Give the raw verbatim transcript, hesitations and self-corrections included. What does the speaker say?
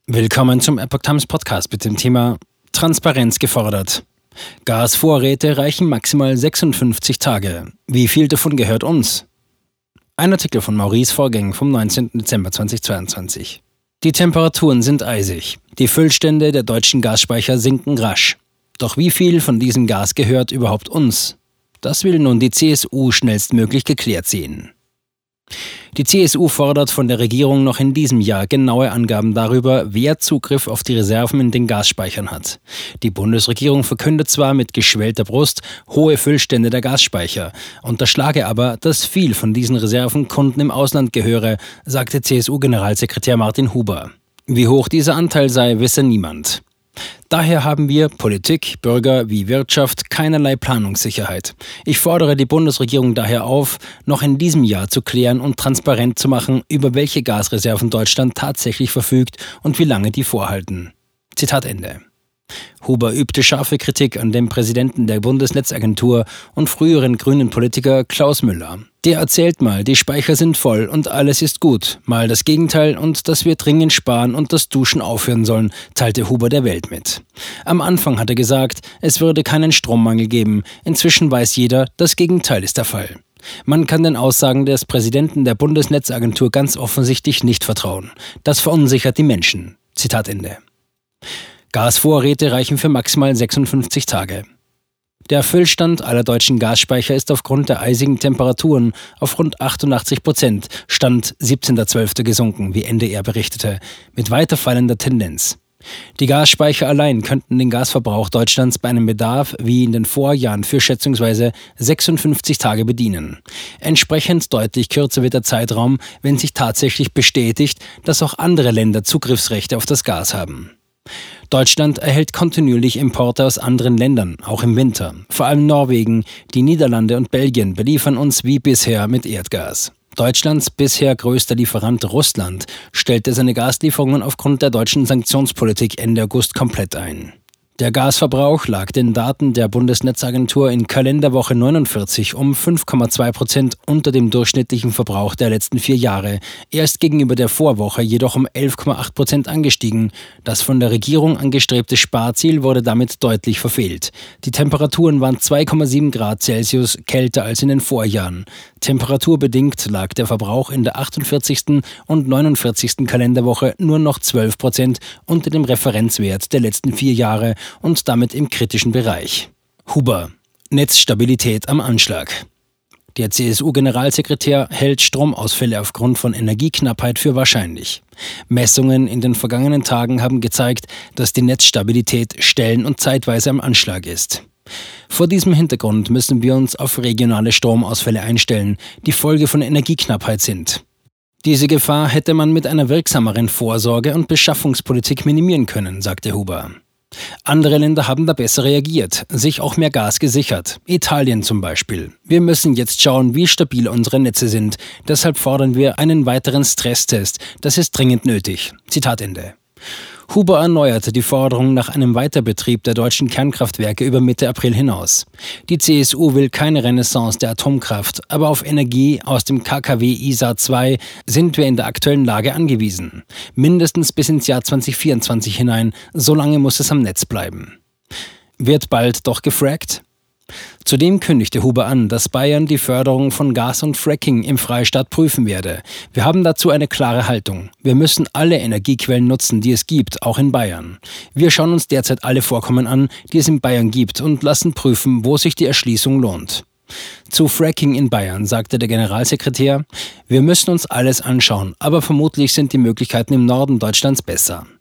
Willkommen zum Epoch Times Podcast mit dem Thema Transparenz gefordert. Gasvorräte reichen maximal sechsundfünfzig Tage. Wie viel davon gehört uns? Ein Artikel von Maurice Vorgäng vom neunzehnten Dezember zweitausendzweiundzwanzig. Die Temperaturen sind eisig. Die Füllstände der deutschen Gasspeicher sinken rasch. Doch wie viel von diesem Gas gehört überhaupt uns? Das will nun die C S U schnellstmöglich geklärt sehen. Die C S U fordert von der Regierung noch in diesem Jahr genaue Angaben darüber, wer Zugriff auf die Reserven in den Gasspeichern hat. Die Bundesregierung verkündet zwar mit geschwellter Brust hohe Füllstände der Gasspeicher, unterschlage aber, dass viel von diesen Reserven Kunden im Ausland gehöre, sagte C S U-Generalsekretär Martin Huber. Wie hoch dieser Anteil sei, wisse niemand. Daher haben wir, Politik, Bürger wie Wirtschaft, keinerlei Planungssicherheit. Ich fordere die Bundesregierung daher auf, noch in diesem Jahr zu klären und transparent zu machen, über welche Gasreserven Deutschland tatsächlich verfügt und wie lange die vorhalten. Zitat Ende. Huber übte scharfe Kritik an dem Präsidenten der Bundesnetzagentur und früheren grünen Politiker Klaus Müller. Der erzählt mal, die Speicher sind voll und alles ist gut, mal das Gegenteil und dass wir dringend sparen und das Duschen aufhören sollen, teilte Huber der Welt mit. Am Anfang hat er gesagt, es würde keinen Strommangel geben, inzwischen weiß jeder, das Gegenteil ist der Fall. Man kann den Aussagen des Präsidenten der Bundesnetzagentur ganz offensichtlich nicht vertrauen. Das verunsichert die Menschen. Zitat Ende. Gasvorräte reichen für maximal sechsundfünfzig Tage. Der Füllstand aller deutschen Gasspeicher ist aufgrund der eisigen Temperaturen auf rund achtundachtzig Prozent, Stand siebzehnter zwölfter gesunken, wie N D R berichtete, mit weiter fallender Tendenz. Die Gasspeicher allein könnten den Gasverbrauch Deutschlands bei einem Bedarf wie in den Vorjahren für schätzungsweise sechsundfünfzig Tage bedienen. Entsprechend deutlich kürzer wird der Zeitraum, wenn sich tatsächlich bestätigt, dass auch andere Länder Zugriffsrechte auf das Gas haben. Deutschland erhält kontinuierlich Importe aus anderen Ländern, auch im Winter. Vor allem Norwegen, die Niederlande und Belgien beliefern uns wie bisher mit Erdgas. Deutschlands bisher größter Lieferant Russland stellte seine Gaslieferungen aufgrund der deutschen Sanktionspolitik Ende August komplett ein. Der Gasverbrauch lag den Daten der Bundesnetzagentur in Kalenderwoche neunundvierzig um fünf Komma zwei Prozent unter dem durchschnittlichen Verbrauch der letzten vier Jahre, erst gegenüber der Vorwoche jedoch um elf Komma acht Prozent angestiegen. Das von der Regierung angestrebte Sparziel wurde damit deutlich verfehlt. Die Temperaturen waren zwei Komma sieben Grad Celsius kälter als in den Vorjahren. Temperaturbedingt lag der Verbrauch in der achtundvierzigsten und neunundvierzigsten Kalenderwoche nur noch zwölf Prozent unter dem Referenzwert der letzten vier Jahre und damit im kritischen Bereich. Huber: Netzstabilität am Anschlag. Der C S U-Generalsekretär hält Stromausfälle aufgrund von Energieknappheit für wahrscheinlich. Messungen in den vergangenen Tagen haben gezeigt, dass die Netzstabilität stellen- und zeitweise am Anschlag ist. Vor diesem Hintergrund müssen wir uns auf regionale Stromausfälle einstellen, die Folge von Energieknappheit sind. Diese Gefahr hätte man mit einer wirksameren Vorsorge- und Beschaffungspolitik minimieren können, sagte Huber. Andere Länder haben da besser reagiert, sich auch mehr Gas gesichert. Italien zum Beispiel. Wir müssen jetzt schauen, wie stabil unsere Netze sind. Deshalb fordern wir einen weiteren Stresstest. Das ist dringend nötig. Zitat Ende. Huber erneuerte die Forderung nach einem Weiterbetrieb der deutschen Kernkraftwerke über Mitte April hinaus. Die C S U will keine Renaissance der Atomkraft, aber auf Energie aus dem K K W I S A zwei sind wir in der aktuellen Lage angewiesen. Mindestens bis ins Jahr zweitausendvierundzwanzig hinein, so lange muss es am Netz bleiben. Wird bald doch gefrackt? Zudem kündigte Huber an, dass Bayern die Förderung von Gas und Fracking im Freistaat prüfen werde. Wir haben dazu eine klare Haltung. Wir müssen alle Energiequellen nutzen, die es gibt, auch in Bayern. Wir schauen uns derzeit alle Vorkommen an, die es in Bayern gibt und lassen prüfen, wo sich die Erschließung lohnt. Zu Fracking in Bayern sagte der Generalsekretär: Wir müssen uns alles anschauen, aber vermutlich sind die Möglichkeiten im Norden Deutschlands besser.